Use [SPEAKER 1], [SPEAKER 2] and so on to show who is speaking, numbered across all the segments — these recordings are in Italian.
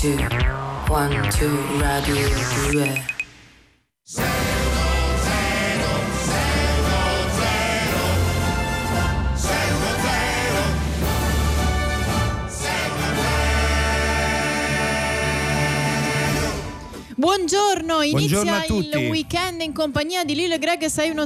[SPEAKER 1] 1, 2, Radio 2.
[SPEAKER 2] Buongiorno, inizia
[SPEAKER 3] a tutti.
[SPEAKER 2] Il weekend in compagnia di Lillo e Greg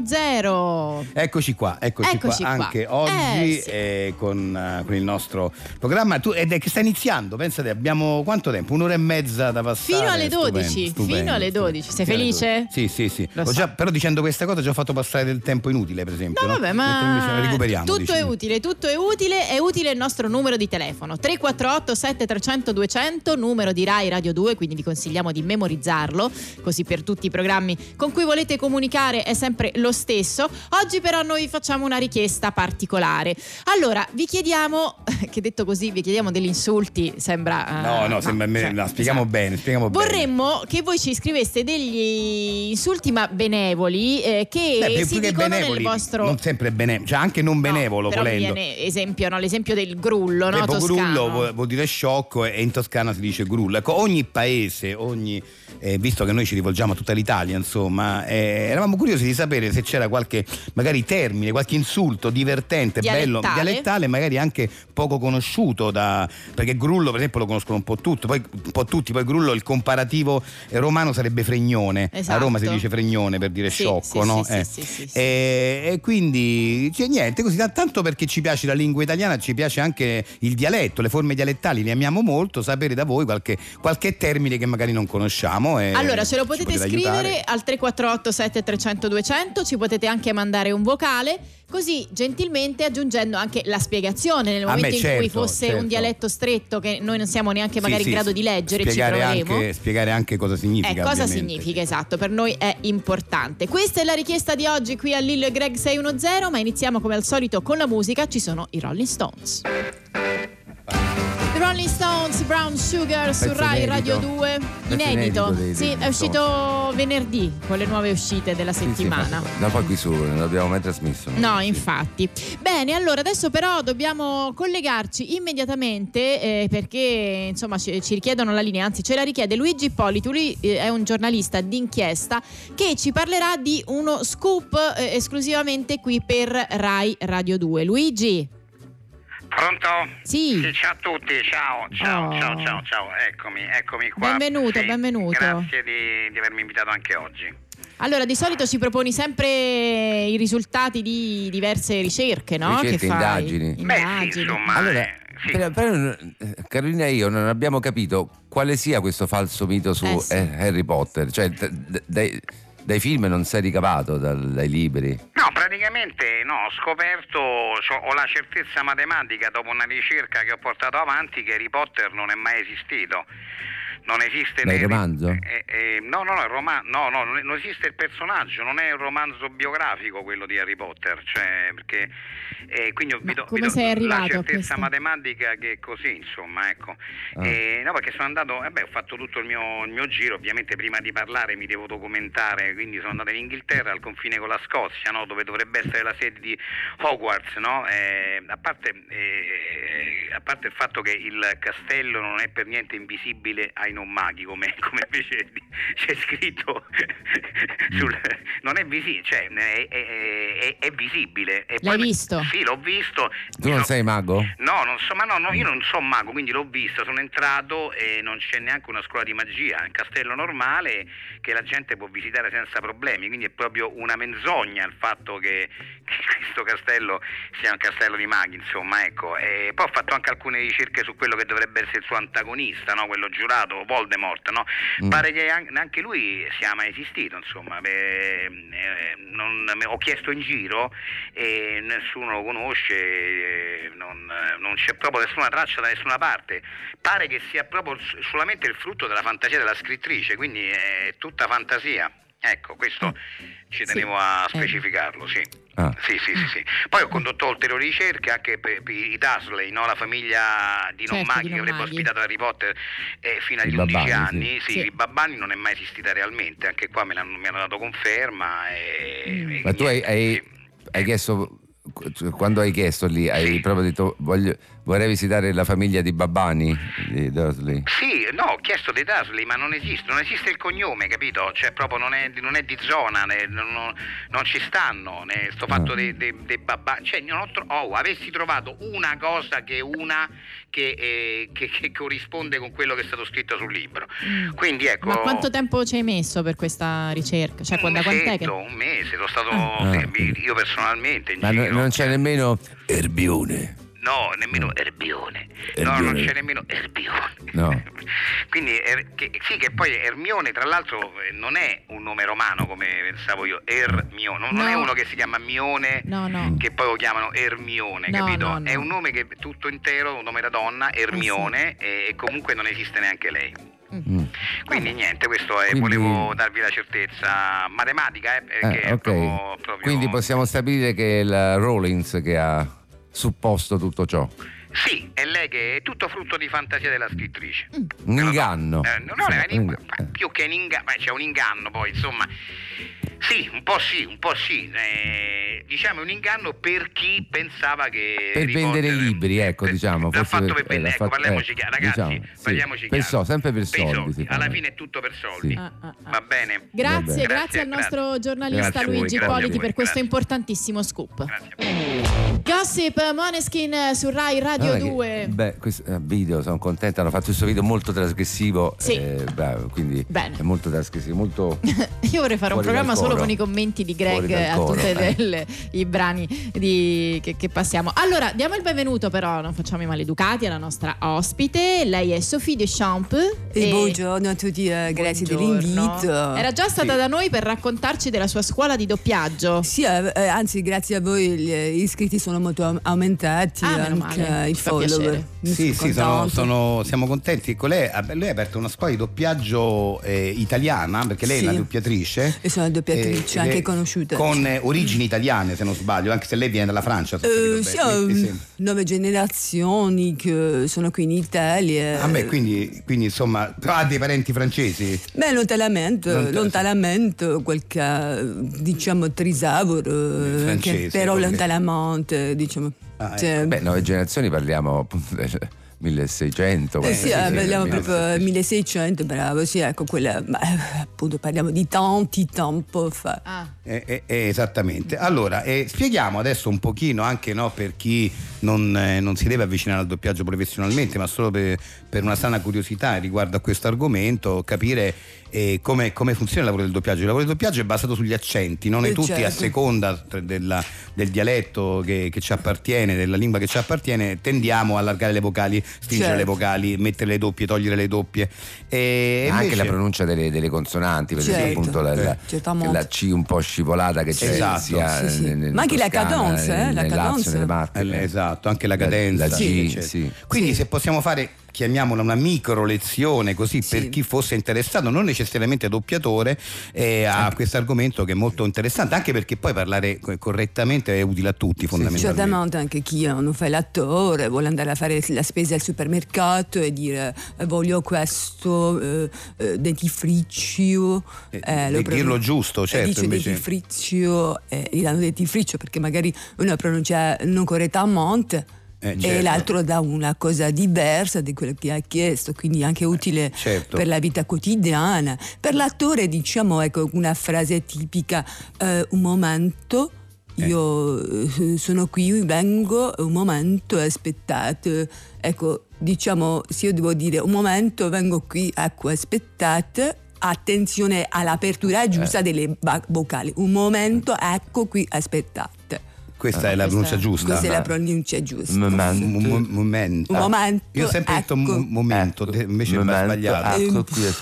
[SPEAKER 2] 610.
[SPEAKER 3] Eccoci qua. Anche oggi
[SPEAKER 2] sì.
[SPEAKER 3] con il nostro programma. Ed è che sta iniziando, pensate, abbiamo quanto tempo? Un'ora e mezza da passare.
[SPEAKER 2] Fino alle 12. Fino alle 12. Sei felice?
[SPEAKER 3] Sì. Però dicendo questa cosa già ho fatto passare del tempo inutile, per esempio.
[SPEAKER 2] No, vabbè, ma
[SPEAKER 3] recuperiamo.
[SPEAKER 2] Tutto è utile. È utile il nostro numero di telefono 348 7300 200, numero di Rai Radio 2, quindi vi consigliamo di memorizzarlo, così per tutti i programmi con cui volete comunicare è sempre lo stesso. Oggi però noi facciamo una richiesta particolare. Allora, vi chiediamo, che detto così, vi chiediamo degli insulti, sembra
[SPEAKER 3] spieghiamo bene.
[SPEAKER 2] Vorremmo che voi ci scriveste degli insulti ma benevoli che si dicono nel vostro.
[SPEAKER 3] Non sempre benevolo, cioè anche non benevolo,
[SPEAKER 2] però
[SPEAKER 3] volendo.
[SPEAKER 2] Viene l'esempio del grullo, no?
[SPEAKER 3] Toscano. Grullo vuol dire sciocco e in Toscana si dice grullo. Ecco, ogni paese, visto che noi ci rivolgiamo a tutta l'Italia, insomma, eravamo curiosi di sapere se c'era qualche magari termine, qualche insulto divertente, bello, dialettale, magari anche poco conosciuto perché grullo per esempio lo conoscono un po' tutti, poi grullo, il comparativo romano sarebbe fregnone.
[SPEAKER 2] Esatto.
[SPEAKER 3] A Roma si dice fregnone per dire sciocco, no?
[SPEAKER 2] Sì.
[SPEAKER 3] E quindi niente, così tanto perché ci piace la lingua italiana, ci piace anche il dialetto, le forme dialettali le amiamo molto, sapere da voi qualche termine che magari non conosciamo.
[SPEAKER 2] Allora ce lo potete scrivere
[SPEAKER 3] aiutare
[SPEAKER 2] al 348 7300 200, ci potete anche mandare un vocale, così gentilmente aggiungendo anche la spiegazione nel momento in cui fosse un dialetto stretto che noi non siamo neanche magari in grado di leggere, ci proveremo.
[SPEAKER 3] Spiegare anche cosa significa.
[SPEAKER 2] Cosa significa, esatto, per noi è importante. Questa è la richiesta di oggi qui a Lillo e Greg 610, ma iniziamo come al solito con la musica. Ci sono i Rolling Stones. Rolling Stones, Brown Sugar su Rai Radio 2, inedito. Sì, è uscito venerdì con le nuove uscite della settimana.
[SPEAKER 4] No, poi qui su non l'abbiamo mai trasmesso.
[SPEAKER 2] No, infatti. Bene, allora adesso però dobbiamo collegarci immediatamente perché insomma ci richiedono la linea, anzi ce la richiede Luigi Ippolito. Lui è un giornalista d'inchiesta che ci parlerà di uno scoop esclusivamente qui per Rai Radio 2. Luigi?
[SPEAKER 5] Pronto?
[SPEAKER 2] Sì.
[SPEAKER 5] Ciao a tutti, ciao, eccomi qua.
[SPEAKER 2] Benvenuto.
[SPEAKER 5] Grazie di avermi invitato anche oggi.
[SPEAKER 2] Allora, di solito ci proponi sempre i risultati di diverse ricerche, no?
[SPEAKER 4] Ricerche,
[SPEAKER 2] che fai?
[SPEAKER 4] indagini.
[SPEAKER 5] Beh, sì, insomma.
[SPEAKER 4] Allora,
[SPEAKER 5] sì.
[SPEAKER 4] però Carolina e io non abbiamo capito quale sia questo falso mito su Harry Potter, cioè dai film non sei ricavato dai libri?
[SPEAKER 5] No, praticamente no, ho scoperto, ho la certezza matematica dopo una ricerca che ho portato avanti che Harry Potter non è mai esistito. Non esiste
[SPEAKER 4] il romanzo?
[SPEAKER 5] Non esiste il personaggio, non è un romanzo biografico quello di Harry Potter, cioè perché quindi
[SPEAKER 2] come sei arrivato
[SPEAKER 5] la
[SPEAKER 2] a
[SPEAKER 5] certezza
[SPEAKER 2] questo?
[SPEAKER 5] matematica che è così, insomma, ecco. No, perché sono andato, ho fatto tutto il mio giro, ovviamente prima di parlare mi devo documentare, quindi sono andato in Inghilterra al confine con la Scozia, no, dove dovrebbe essere la sede di Hogwarts, no? A parte il fatto che il castello non è per niente invisibile ai non maghi, come invece c'è scritto non è visibile, cioè è visibile.
[SPEAKER 2] L'hai visto?
[SPEAKER 5] Sì, l'ho visto.
[SPEAKER 4] Tu non sei mago?
[SPEAKER 5] No, io non sono mago, quindi l'ho visto, sono entrato e non c'è neanche una scuola di magia, è un castello normale che la gente può visitare senza problemi, quindi è proprio una menzogna il fatto che questo castello sia un castello di maghi, insomma, ecco. E poi ho fatto anche alcune ricerche su quello che dovrebbe essere il suo antagonista, no? Quello giurato, Voldemort, no? Pare che neanche lui sia mai esistito, insomma. Ho chiesto in giro e nessuno lo conosce, non c'è proprio nessuna traccia da nessuna parte. Pare che sia proprio solamente il frutto della fantasia della scrittrice, quindi è tutta fantasia. Ecco, questo ci tenevo a specificarlo, sì. Sì. Poi ho condotto ulteriori ricerche anche per i Dursley, no? La famiglia di non maghi che avrebbe ospitato Harry Potter fino agli 11 anni. Sì, i Babbani non è mai esistita realmente, anche qua mi hanno dato conferma.
[SPEAKER 4] Ma tu hai chiesto, quando hai chiesto lì, hai proprio detto vorrei visitare la famiglia di Babbani, di Dursley.
[SPEAKER 5] Sì, no, ho chiesto dei Dursley, ma non esiste il cognome, capito? Cioè proprio non è di zona, non ci stanno, sto fatto dei Babbani, cioè avessi trovato una cosa che corrisponde con quello che è stato scritto sul libro. Quindi ecco.
[SPEAKER 2] Ma quanto tempo ci hai messo per questa ricerca? Cioè,
[SPEAKER 5] un mese, sono stato io personalmente in
[SPEAKER 4] ma
[SPEAKER 5] giro.
[SPEAKER 4] Non c'è nemmeno Erbione.
[SPEAKER 5] No, nemmeno Erbione. No, non c'è nemmeno Erbione.
[SPEAKER 4] No.
[SPEAKER 5] Quindi che poi Ermione tra l'altro non è un nome romano come pensavo io. Ermione, non è uno che si chiama Mione, che poi lo chiamano Ermione, capito?
[SPEAKER 2] No.
[SPEAKER 5] È un nome che tutto intero, un nome da donna, Ermione, e comunque non esiste neanche lei. Quindi niente, questo è, volevo darvi la certezza matematica, perché è proprio...
[SPEAKER 4] Quindi possiamo stabilire che è la Rawlings che ha supposto tutto ciò.
[SPEAKER 5] Sì, è lei che è tutto frutto di fantasia della scrittrice.
[SPEAKER 4] Un inganno.
[SPEAKER 5] Più che un inganno, c'è un inganno poi, insomma. Sì, un po' sì. Diciamo un inganno per chi pensava che...
[SPEAKER 4] Per vendere libri, ecco, diciamo.
[SPEAKER 5] L'ha fatto per vendere, parliamoci chiaro, ragazzi,
[SPEAKER 4] diciamo,
[SPEAKER 5] parliamoci chiaro.
[SPEAKER 4] Sempre per soldi.
[SPEAKER 5] Alla fine è tutto per soldi.
[SPEAKER 4] Sì.
[SPEAKER 5] Va bene?
[SPEAKER 2] Grazie al nostro giornalista Luigi Politi per questo importantissimo scoop.
[SPEAKER 5] Grazie.
[SPEAKER 2] Gossip, Måneskin su Rai Radio 2.
[SPEAKER 4] Questo video, sono contento, hanno fatto questo video molto trasgressivo.
[SPEAKER 2] Sì.
[SPEAKER 4] Quindi
[SPEAKER 2] bene.
[SPEAKER 4] È molto trasgressivo, molto...
[SPEAKER 2] Io vorrei fare un programma solo con i commenti di Greg a tutti i brani che passiamo. Allora, diamo il benvenuto, però non facciamo i maleducati, alla nostra ospite. Lei è Sophie Deschamps.
[SPEAKER 6] Buongiorno a tutti, grazie dell'invito.
[SPEAKER 2] Era già stata da noi per raccontarci della sua scuola di doppiaggio.
[SPEAKER 6] Sì, anzi grazie a voi gli iscritti sono molto aumentati, anche i follower.
[SPEAKER 3] Sì, siamo contenti. Con lei ha aperto una scuola di doppiaggio italiana, perché lei è una doppiatrice.
[SPEAKER 6] E sono una doppiatrice anche conosciuta.
[SPEAKER 3] Con origini italiane, se non sbaglio, anche se lei viene dalla Francia.
[SPEAKER 6] Sì, 9 generazioni che sono qui in Italia.
[SPEAKER 3] Quindi insomma, ha dei parenti francesi?
[SPEAKER 6] Beh, lontanamente, qualche, diciamo, trisavoro,
[SPEAKER 3] francese,
[SPEAKER 6] però lontanamente, diciamo.
[SPEAKER 4] Beh, 9 generazioni parliamo appunto del 1600.
[SPEAKER 6] Sì, parliamo proprio 1600, bravo, sì, ecco quella, ma appunto parliamo di tanti tempo fa.
[SPEAKER 3] Esattamente. Allora, spieghiamo adesso un pochino anche per chi non si deve avvicinare al doppiaggio professionalmente, ma solo per una sana curiosità riguardo a questo argomento, capire come funziona il lavoro del doppiaggio. Il lavoro del doppiaggio è basato sugli accenti, non tutti a seconda del dialetto che ci appartiene, della lingua che ci appartiene, tendiamo a allargare le vocali, stringere le vocali, mettere le doppie, togliere le doppie.
[SPEAKER 4] Anche invece... la pronuncia delle consonanti, per esempio appunto la C un po' scivolata che c'è,
[SPEAKER 6] ma anche la cadenza,
[SPEAKER 4] la cadenza,
[SPEAKER 3] esatto, anche la cadenza,
[SPEAKER 4] la G,
[SPEAKER 3] quindi se possiamo fare, chiamiamola una micro lezione così per chi fosse interessato, non necessariamente doppiatore, a questo argomento che è molto interessante, anche perché poi parlare correttamente è utile a tutti fondamentalmente.
[SPEAKER 6] Certamente, anche chi non fa l'attore vuole andare a fare la spesa al supermercato e dire voglio questo dentifricio,
[SPEAKER 3] dirlo giusto, certo,
[SPEAKER 6] dice
[SPEAKER 3] invece...
[SPEAKER 6] dentifricio, gli danno dentifricio perché magari uno pronuncia non correttamente. E l'altro dà una cosa diversa di quello che ha chiesto, quindi anche utile per la vita quotidiana. Per l'attore, diciamo, ecco una frase tipica: un momento, io sono qui, vengo, un momento, aspettate. Ecco, diciamo, se io devo dire un momento, vengo qui, ecco, aspettate, attenzione all'apertura giusta delle vocali. Un momento, ecco qui, aspettate.
[SPEAKER 3] Questa è la pronuncia giusta.
[SPEAKER 6] Questa è la pronuncia giusta.
[SPEAKER 3] Un momento.
[SPEAKER 6] Io
[SPEAKER 3] ho sempre detto momento, invece va sbagliato.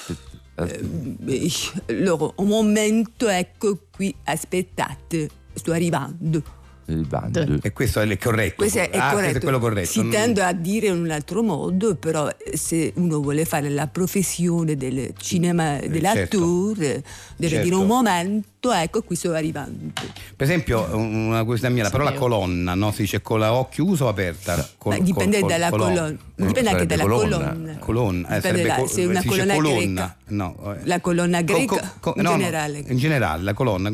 [SPEAKER 6] Allora, un momento, ecco qui, aspettate, sto arrivando.
[SPEAKER 3] E questo è corretto.
[SPEAKER 6] Questo è corretto.
[SPEAKER 3] Questo è quello corretto.
[SPEAKER 6] Si tende a dire in un altro modo, però se uno vuole fare la professione del cinema, dell'attore, deve dire un momento, ecco qui sto arrivando.
[SPEAKER 3] Per esempio, una curiosità mia, la parola colonna, no? Si dice con la O chiusa o aperta?
[SPEAKER 6] Dipende dalla colonna. Dipende anche dalla colonna.
[SPEAKER 3] Colonna.
[SPEAKER 6] Se è una colonna greca.
[SPEAKER 3] No.
[SPEAKER 6] La colonna greca in generale.
[SPEAKER 3] In generale, la colonna.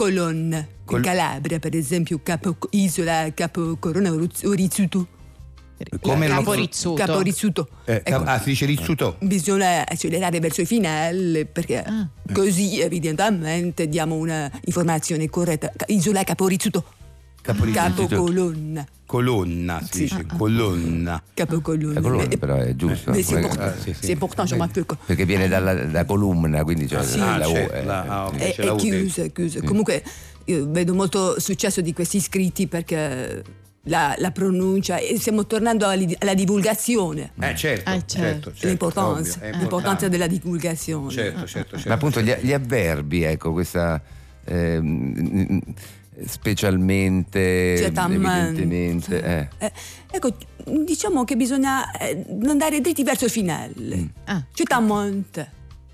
[SPEAKER 6] Capocolonna. In Calabria, per esempio, capo isola, capo corona, Orizutu.
[SPEAKER 3] Come
[SPEAKER 2] Caporizzuto.
[SPEAKER 3] Si dice rizzuto.
[SPEAKER 6] Bisogna accelerare verso il finale perché così evidentemente diamo una informazione corretta. Isola Caporizzuto. Capocolonna.
[SPEAKER 3] Colonna, si dice colonna.
[SPEAKER 6] Capocolonna.
[SPEAKER 4] La colonna però è giusto.
[SPEAKER 6] C'est important, je m'appelle.
[SPEAKER 4] Perché viene da columna, quindi cioè
[SPEAKER 6] è chiusa. Comunque io vedo molto successo di questi scritti perché la pronuncia, e stiamo tornando alla divulgazione.
[SPEAKER 3] Certo.
[SPEAKER 6] L'importanza della divulgazione.
[SPEAKER 3] Certo.
[SPEAKER 4] Ma appunto gli avverbi, ecco, questa specialmente, evidentemente.
[SPEAKER 6] Ecco, diciamo che bisogna andare dritti verso il finale. Certamente.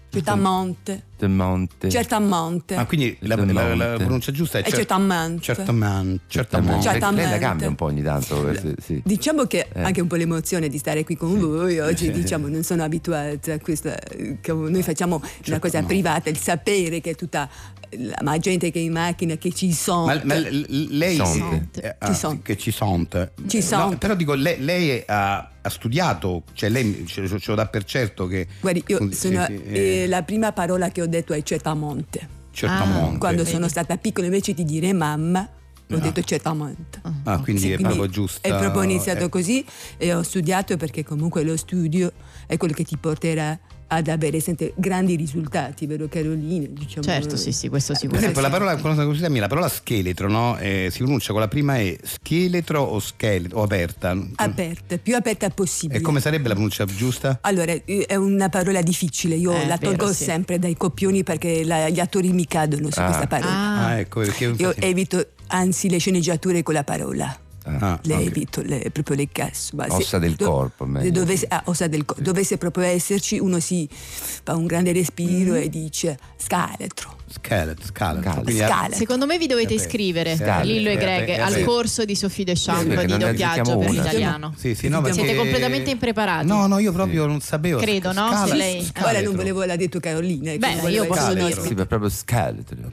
[SPEAKER 3] Ah, quindi la pronuncia giusta è certamente.
[SPEAKER 4] Lei la cambia un po' ogni tanto. Sì.
[SPEAKER 6] Diciamo che anche un po' l'emozione di stare qui con voi oggi, diciamo, non sono abituata a questa, che noi facciamo una cosa privata, il sapere che tutta la gente che è in macchina che ci sente.
[SPEAKER 3] Ma lei che ci sente. No, però dico, lei ha studiato, cioè lei ce lo dà per certo che.
[SPEAKER 6] Guardi, io sono la prima parola che ho detto è certamente. Quando sono stata piccola, invece di dire mamma, ho detto certamente.
[SPEAKER 3] Quindi è proprio giusto.
[SPEAKER 6] È proprio iniziato così, e ho studiato perché comunque lo studio è quello che ti porterà ad avere sempre grandi risultati, vero Carolina? Diciamo,
[SPEAKER 2] certo, sì, questo
[SPEAKER 3] per
[SPEAKER 2] sicuramente.
[SPEAKER 3] esempio la parola scheletro, no? Si pronuncia con la prima E scheletro o scheletro o aperta?
[SPEAKER 6] Aperta, più aperta possibile.
[SPEAKER 3] E come sarebbe la pronuncia giusta?
[SPEAKER 6] Allora, è una parola difficile, io la tolgo sempre dai copioni perché gli attori mi cadono su questa parola.
[SPEAKER 3] Ecco, perché
[SPEAKER 6] io evito anzi le sceneggiature con la parola. Evito proprio le casse.
[SPEAKER 4] Ossa del corpo.
[SPEAKER 6] Ossa del corpo. Dovesse proprio esserci, uno si fa un grande respiro e dice scheletro.
[SPEAKER 2] Secondo me vi dovete iscrivere, Lillo e Greg, al corso di Sophie Deschamps di doppiaggio per l'italiano. Siete completamente impreparati.
[SPEAKER 3] No, io proprio non sapevo.
[SPEAKER 2] Credo, no? Se lei...
[SPEAKER 6] Ora non volevo, l'ha detto Carolina.
[SPEAKER 2] Io posso dire.
[SPEAKER 4] Sì, ma proprio scheletro.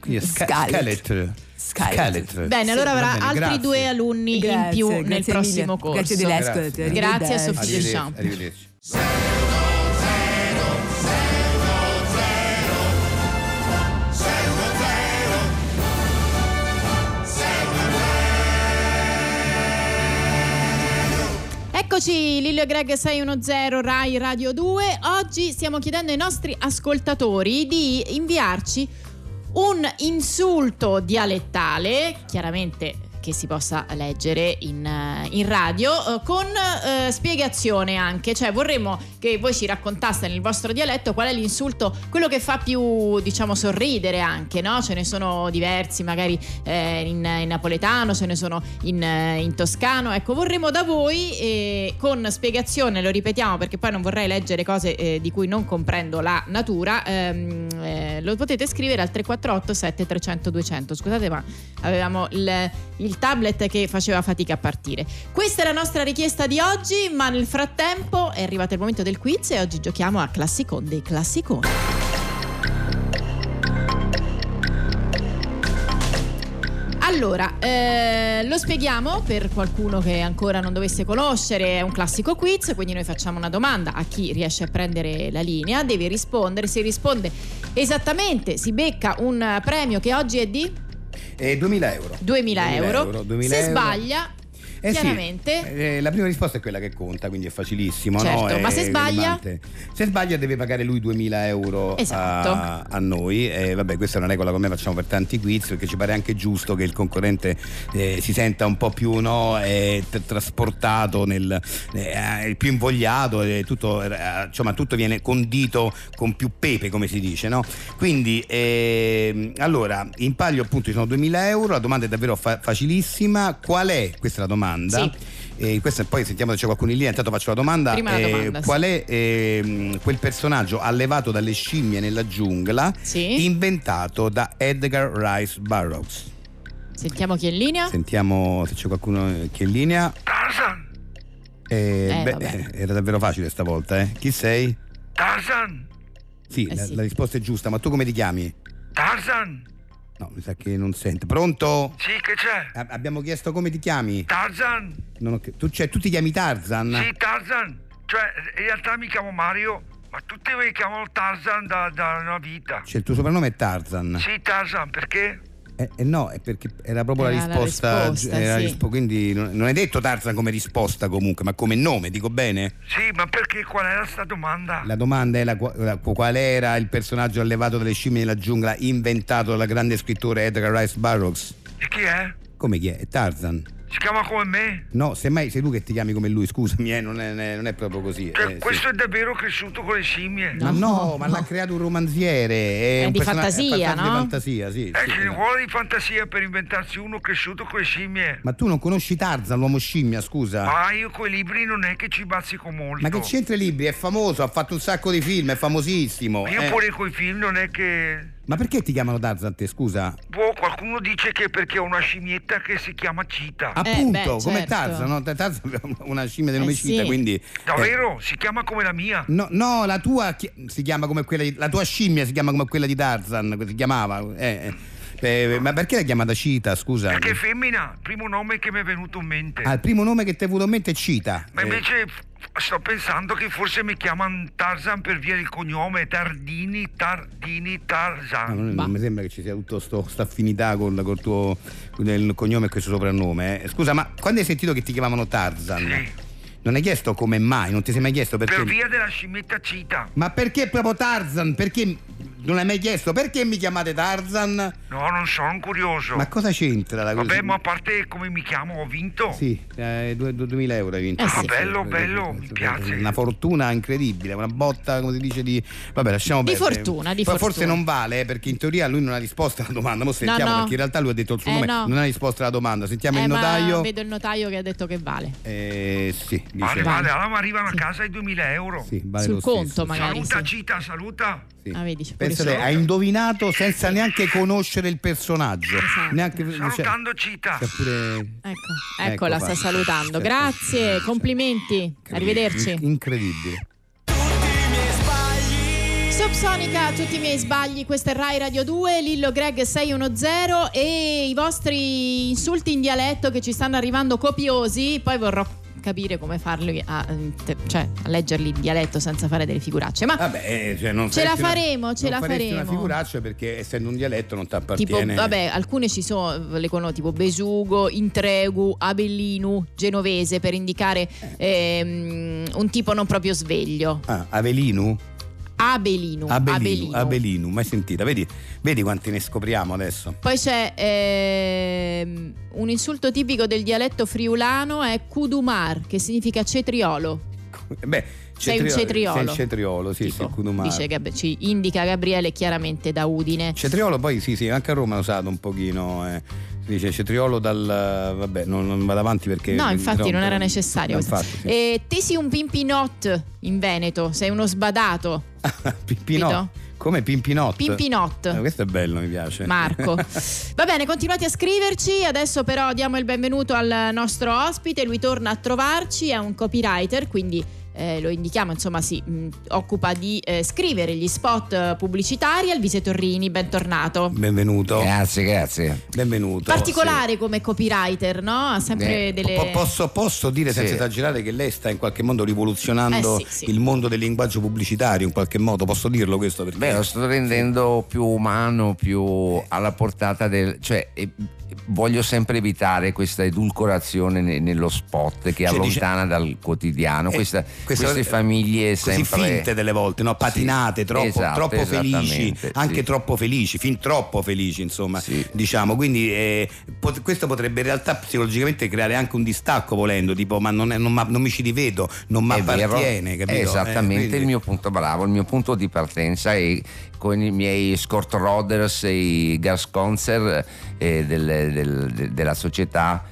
[SPEAKER 2] Bene, allora avrà altri 2 alunni in più nel prossimo corso.
[SPEAKER 6] Grazie dell'ascolto.
[SPEAKER 2] Grazie a Sophie Deschamps.
[SPEAKER 3] Arrivederci.
[SPEAKER 2] Eccoci, Lillo e Greg 610 Rai Radio 2. Oggi stiamo chiedendo ai nostri ascoltatori di inviarci un insulto dialettale, chiaramente che si possa leggere in radio, con spiegazione anche, cioè vorremmo che voi ci raccontaste nel vostro dialetto qual è l'insulto, quello che fa più, diciamo, sorridere anche, no? Ce ne sono diversi, magari in napoletano, ce ne sono in toscano, ecco, vorremmo da voi con spiegazione, lo ripetiamo perché poi non vorrei leggere cose di cui non comprendo la natura, lo potete scrivere al 348 7300 200. Scusate, ma avevamo il tablet che faceva fatica a partire. Questa è la nostra richiesta di oggi, ma nel frattempo è arrivato il momento del quiz e oggi giochiamo a Classicon dei Classiconi. Allora, lo spieghiamo per qualcuno che ancora non dovesse conoscere, è un classico quiz, quindi noi facciamo una domanda a chi riesce a prendere la linea, deve rispondere, se risponde esattamente si becca un premio che oggi è di?
[SPEAKER 3] 2.000 euro.
[SPEAKER 2] 2.000 euro. Se sbaglia, chiaramente
[SPEAKER 3] la prima risposta è quella che conta, quindi è facilissimo,
[SPEAKER 2] certo,
[SPEAKER 3] no?
[SPEAKER 2] Ma se sbaglia?
[SPEAKER 3] Se sbaglia deve pagare lui 2.000 euro, esatto, a noi. Vabbè, questa è una regola come facciamo per tanti quiz, perché ci pare anche giusto che il concorrente si senta un po' più trasportato, più invogliato, tutto, insomma tutto viene condito con più pepe, come si dice, no? Quindi allora in palio appunto ci sono 2.000 euro. La domanda è davvero facilissima. Qual è? Questa è la domanda. Sì. Questa, poi sentiamo se c'è qualcuno in linea. Intanto faccio la domanda.
[SPEAKER 2] Prima la domanda,
[SPEAKER 3] qual è quel personaggio allevato dalle scimmie nella giungla, inventato da Edgar Rice Burroughs?
[SPEAKER 2] Sentiamo chi è in linea.
[SPEAKER 3] Sentiamo se c'è qualcuno che è in linea.
[SPEAKER 5] Tarzan.
[SPEAKER 3] Era davvero facile stavolta, Chi sei?
[SPEAKER 5] Tarzan.
[SPEAKER 3] Sì, la risposta è giusta, ma tu come ti chiami?
[SPEAKER 5] Tarzan.
[SPEAKER 3] No, mi sa che non sente. Pronto?
[SPEAKER 7] Sì, che c'è?
[SPEAKER 3] Abbiamo chiesto come ti chiami?
[SPEAKER 7] Tarzan.
[SPEAKER 3] Tu ti chiami Tarzan?
[SPEAKER 7] Sì, Tarzan. Cioè, in realtà mi chiamo Mario, ma tutti mi chiamano Tarzan da una vita.
[SPEAKER 3] Cioè, il tuo soprannome è Tarzan?
[SPEAKER 7] Sì, Tarzan, perché?
[SPEAKER 3] No, è perché era proprio la risposta.
[SPEAKER 2] Sì.
[SPEAKER 3] Quindi non hai detto Tarzan come risposta comunque, ma come nome, dico bene?
[SPEAKER 7] Sì, ma perché? Qual era sta domanda?
[SPEAKER 3] La domanda è qual era il personaggio allevato dalle scimmie nella giungla inventato dal grande scrittore Edgar Rice Burroughs?
[SPEAKER 7] E chi è?
[SPEAKER 3] Come chi è? È Tarzan.
[SPEAKER 7] Si chiama come me?
[SPEAKER 3] No, semmai sei tu che ti chiami come lui, scusami, non è proprio così.
[SPEAKER 7] Cioè, questo è davvero cresciuto con le scimmie?
[SPEAKER 3] Ma l'ha creato un romanziere.
[SPEAKER 2] È di fantasia, no?
[SPEAKER 3] Di fantasia, sì.
[SPEAKER 7] Ce ne vuole di fantasia per inventarsi uno cresciuto con le scimmie.
[SPEAKER 3] Ma tu non conosci Tarzan, l'uomo scimmia, scusa?
[SPEAKER 7] Io coi libri non è che ci bazzico molto.
[SPEAKER 3] Ma che c'entra i libri? È famoso, ha fatto un sacco di film, è famosissimo.
[SPEAKER 7] Io pure coi film non è che...
[SPEAKER 3] Ma perché ti chiamano Tarzan te, scusa?
[SPEAKER 7] Qualcuno dice che perché ho una scimmietta che si chiama Cita.
[SPEAKER 3] Appunto, come
[SPEAKER 2] certo.
[SPEAKER 3] Tarzan, no? Tarzan è una scimmia di nome Cita,
[SPEAKER 2] sì.
[SPEAKER 3] Quindi...
[SPEAKER 7] Davvero? Si chiama come la mia?
[SPEAKER 3] No, la tua si chiama come quella la tua scimmia si chiama come quella di Tarzan, si chiamava. Ma perché l'hai chiamata Cita, scusa?
[SPEAKER 7] Perché è femmina, primo nome che mi è venuto in mente.
[SPEAKER 3] Il primo nome che ti è venuto in mente è Cita.
[SPEAKER 7] Ma invece sto pensando che forse mi chiamano Tarzan per via del cognome Tardini Tarzan.
[SPEAKER 3] Non mi sembra che ci sia tutta questa affinità con il cognome e questo soprannome. Scusa, ma quando hai sentito che ti chiamavano Tarzan?
[SPEAKER 7] Sì.
[SPEAKER 3] Non hai chiesto come mai? Non ti sei mai chiesto perché?
[SPEAKER 7] Per via della scimmietta Cita.
[SPEAKER 3] Ma perché proprio Tarzan? Perché non hai mai chiesto perché mi chiamate Tarzan?
[SPEAKER 7] No, non sono curioso.
[SPEAKER 3] Ma cosa c'entra la cosa?
[SPEAKER 7] Vabbè, ma a parte come mi chiamo, ho vinto.
[SPEAKER 3] Sì, 2.000 euro hai vinto.
[SPEAKER 2] Sì.
[SPEAKER 7] Bello, mi piace.
[SPEAKER 3] Una fortuna incredibile, una botta, come si dice, di... Vabbè, lasciamo
[SPEAKER 2] Di
[SPEAKER 3] perdere.
[SPEAKER 2] fortuna, di
[SPEAKER 3] Poi forse
[SPEAKER 2] fortuna.
[SPEAKER 3] non vale, perché in teoria lui non ha risposto alla domanda. Mo sentiamo,
[SPEAKER 2] No.
[SPEAKER 3] perché in realtà lui ha detto il suo nome,
[SPEAKER 2] no.
[SPEAKER 3] non ha risposto alla domanda. Sentiamo il
[SPEAKER 2] Ma
[SPEAKER 3] notaio.
[SPEAKER 2] vedo il notaio che ha detto che vale.
[SPEAKER 3] Sì, dice.
[SPEAKER 7] Vale, allora mi arrivano a casa i 2.000 euro.
[SPEAKER 3] Sì, vale
[SPEAKER 2] Sul
[SPEAKER 3] lo
[SPEAKER 2] conto
[SPEAKER 3] stesso.
[SPEAKER 2] magari.
[SPEAKER 7] Saluta
[SPEAKER 2] Sì.
[SPEAKER 7] Cita, saluta.
[SPEAKER 3] Sì.
[SPEAKER 2] Vedi, c'è
[SPEAKER 3] Pensa
[SPEAKER 2] pure
[SPEAKER 3] te, hai indovinato senza neanche conoscere il personaggio.
[SPEAKER 2] Esatto.
[SPEAKER 3] Neanche,
[SPEAKER 7] Salutando Cita.
[SPEAKER 3] c'è pure...
[SPEAKER 2] Ecco, la sta salutando. Grazie, complimenti. Arrivederci.
[SPEAKER 3] Incredibile.
[SPEAKER 2] Subsonica, tutti i miei sbagli, questa è Rai Radio 2, Lillo Greg 610 e i vostri insulti in dialetto che ci stanno arrivando copiosi, poi vorrò capire come farli a leggerli in dialetto senza fare delle figuracce, ma
[SPEAKER 3] Vabbè, non
[SPEAKER 2] ce la faremo.
[SPEAKER 3] una figuraccia perché essendo un dialetto non ti
[SPEAKER 2] Tipo,
[SPEAKER 3] appartiene.
[SPEAKER 2] vabbè, alcune ci sono, le conosco, tipo Besugo, Intregu, Abellinu, Genovese, per indicare un tipo non proprio sveglio.
[SPEAKER 3] Avelinu?
[SPEAKER 2] Abellinu,
[SPEAKER 3] mai sentita. Vedi quanti ne scopriamo adesso.
[SPEAKER 2] Poi c'è un insulto tipico del dialetto friulano, è Cudumar, che significa cetriolo. Sei un cetriolo.
[SPEAKER 3] Sei il cetriolo, sì,
[SPEAKER 2] Tipo,
[SPEAKER 3] sì, Cudumar.
[SPEAKER 2] dice ci indica Gabriele chiaramente da Udine.
[SPEAKER 3] Cetriolo poi sì, anche a Roma è usato un pochino. Si dice cetriolo vabbè, non vado avanti perché...
[SPEAKER 2] No, infatti non era necessario.
[SPEAKER 3] Infatti, sì.
[SPEAKER 2] Tesi un pimpinot in Veneto, sei uno sbadato.
[SPEAKER 3] Pimpinot? Come Pimpinot?
[SPEAKER 2] Pimpinot.
[SPEAKER 3] Questo è bello, mi piace.
[SPEAKER 2] Marco. Va bene, continuate a scriverci. Adesso però diamo il benvenuto al nostro ospite. Lui torna a trovarci, è un copywriter, quindi lo indichiamo, insomma si occupa di scrivere gli spot pubblicitari. Alvise Torrini, bentornato.
[SPEAKER 3] Benvenuto.
[SPEAKER 4] Grazie.
[SPEAKER 3] Benvenuto.
[SPEAKER 2] Particolare come copywriter, no? Ha sempre delle...
[SPEAKER 3] Posso dire senza esagerare che lei sta in qualche modo rivoluzionando il mondo del linguaggio pubblicitario, in qualche modo, posso dirlo questo? Perché...
[SPEAKER 4] lo sto rendendo più umano, più alla portata voglio sempre evitare questa edulcorazione nello spot che allontana dal quotidiano queste famiglie
[SPEAKER 3] così
[SPEAKER 4] sempre
[SPEAKER 3] finte delle volte, no? Patinate, troppo felici, anche troppo felici, fin troppo felici, insomma, diciamo. Quindi questo potrebbe in realtà psicologicamente creare anche un distacco, volendo, tipo ma non mi ci rivedo, non mi appartiene, capito?
[SPEAKER 4] Esattamente, il mio punto di partenza è con i miei Scott Rodgers e i Gasconcer della società.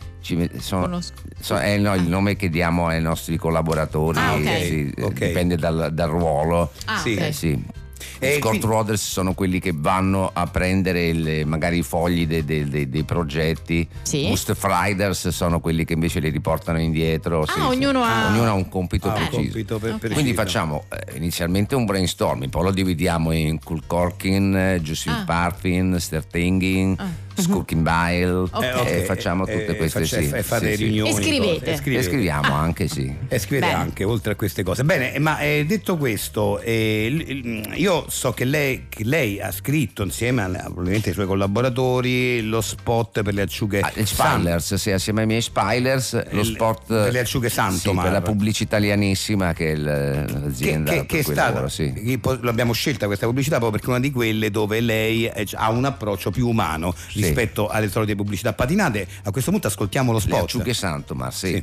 [SPEAKER 4] È il nome che diamo ai nostri collaboratori.
[SPEAKER 3] Okay.
[SPEAKER 4] Dipende dal ruolo.
[SPEAKER 3] Sì.
[SPEAKER 4] Scott Roders sono quelli che vanno a prendere magari i fogli dei progetti.
[SPEAKER 2] Sì.
[SPEAKER 4] Ghost Riders sono quelli che invece li riportano indietro.
[SPEAKER 2] Ognuno ha
[SPEAKER 4] un compito preciso. Quindi facciamo inizialmente un brainstorming, poi lo dividiamo in Kul Korkin, Justin Parfin, Stertingin, Skurkin Bile, e facciamo tutte queste
[SPEAKER 3] fate riunioni.
[SPEAKER 2] E scrivete.
[SPEAKER 4] E scriviamo anche, sì.
[SPEAKER 3] E scrivete anche, oltre a queste cose. Bene, ma detto questo, io so che lei ha scritto insieme probabilmente ai suoi collaboratori lo spot per le acciughe
[SPEAKER 4] Spilers, sì, assieme ai miei Spilers, lo spot
[SPEAKER 3] per le acciughe Santomar,
[SPEAKER 4] per la pubblicità italianissima che è l'azienda
[SPEAKER 3] che è stata, l'abbiamo scelta questa pubblicità proprio perché è una di quelle dove lei ha un approccio più umano rispetto alle solite pubblicità patinate. A questo punto ascoltiamo lo spot.
[SPEAKER 4] Le acciughe Santomar, sì.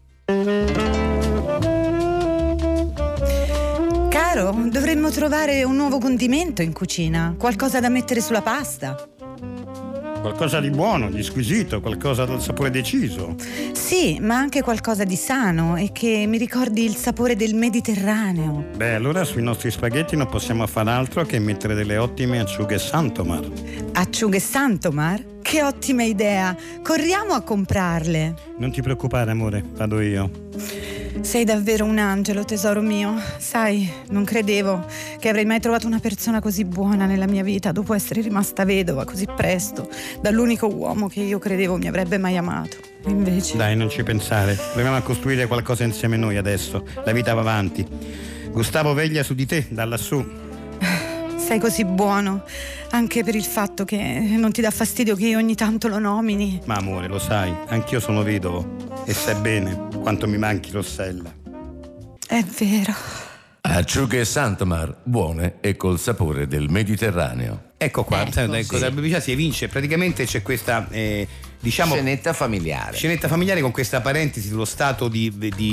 [SPEAKER 8] Caro, dovremmo trovare un nuovo condimento in cucina, qualcosa da mettere sulla pasta.
[SPEAKER 9] Qualcosa di buono, di squisito, qualcosa dal sapore deciso.
[SPEAKER 8] Sì, ma anche qualcosa di sano e che mi ricordi il sapore del Mediterraneo.
[SPEAKER 9] Beh, allora sui nostri spaghetti non possiamo fare altro che mettere delle ottime acciughe Santomar.
[SPEAKER 8] Acciughe Santomar? Che ottima idea! Corriamo a comprarle.
[SPEAKER 9] Non ti preoccupare, amore, vado io.
[SPEAKER 8] Sei davvero un angelo, tesoro mio. Sai, non credevo che avrei mai trovato una persona così buona nella mia vita dopo essere rimasta vedova così presto dall'unico uomo che io credevo mi avrebbe mai amato. Invece...
[SPEAKER 9] Dai, non ci pensare. Proviamo a costruire qualcosa insieme noi adesso. La vita va avanti. Gustavo veglia su di te, da lassù.
[SPEAKER 8] Sei così buono, anche per il fatto che non ti dà fastidio che io ogni tanto lo nomini.
[SPEAKER 9] Ma amore, lo sai, anch'io sono vedovo e sai bene quanto mi manchi Rossella.
[SPEAKER 8] È vero.
[SPEAKER 10] Acciughe Santomar, buone e col sapore del Mediterraneo.
[SPEAKER 3] Ecco qua, la pubblicità si evince, praticamente c'è questa
[SPEAKER 4] scenetta familiare
[SPEAKER 3] con questa parentesi sullo stato di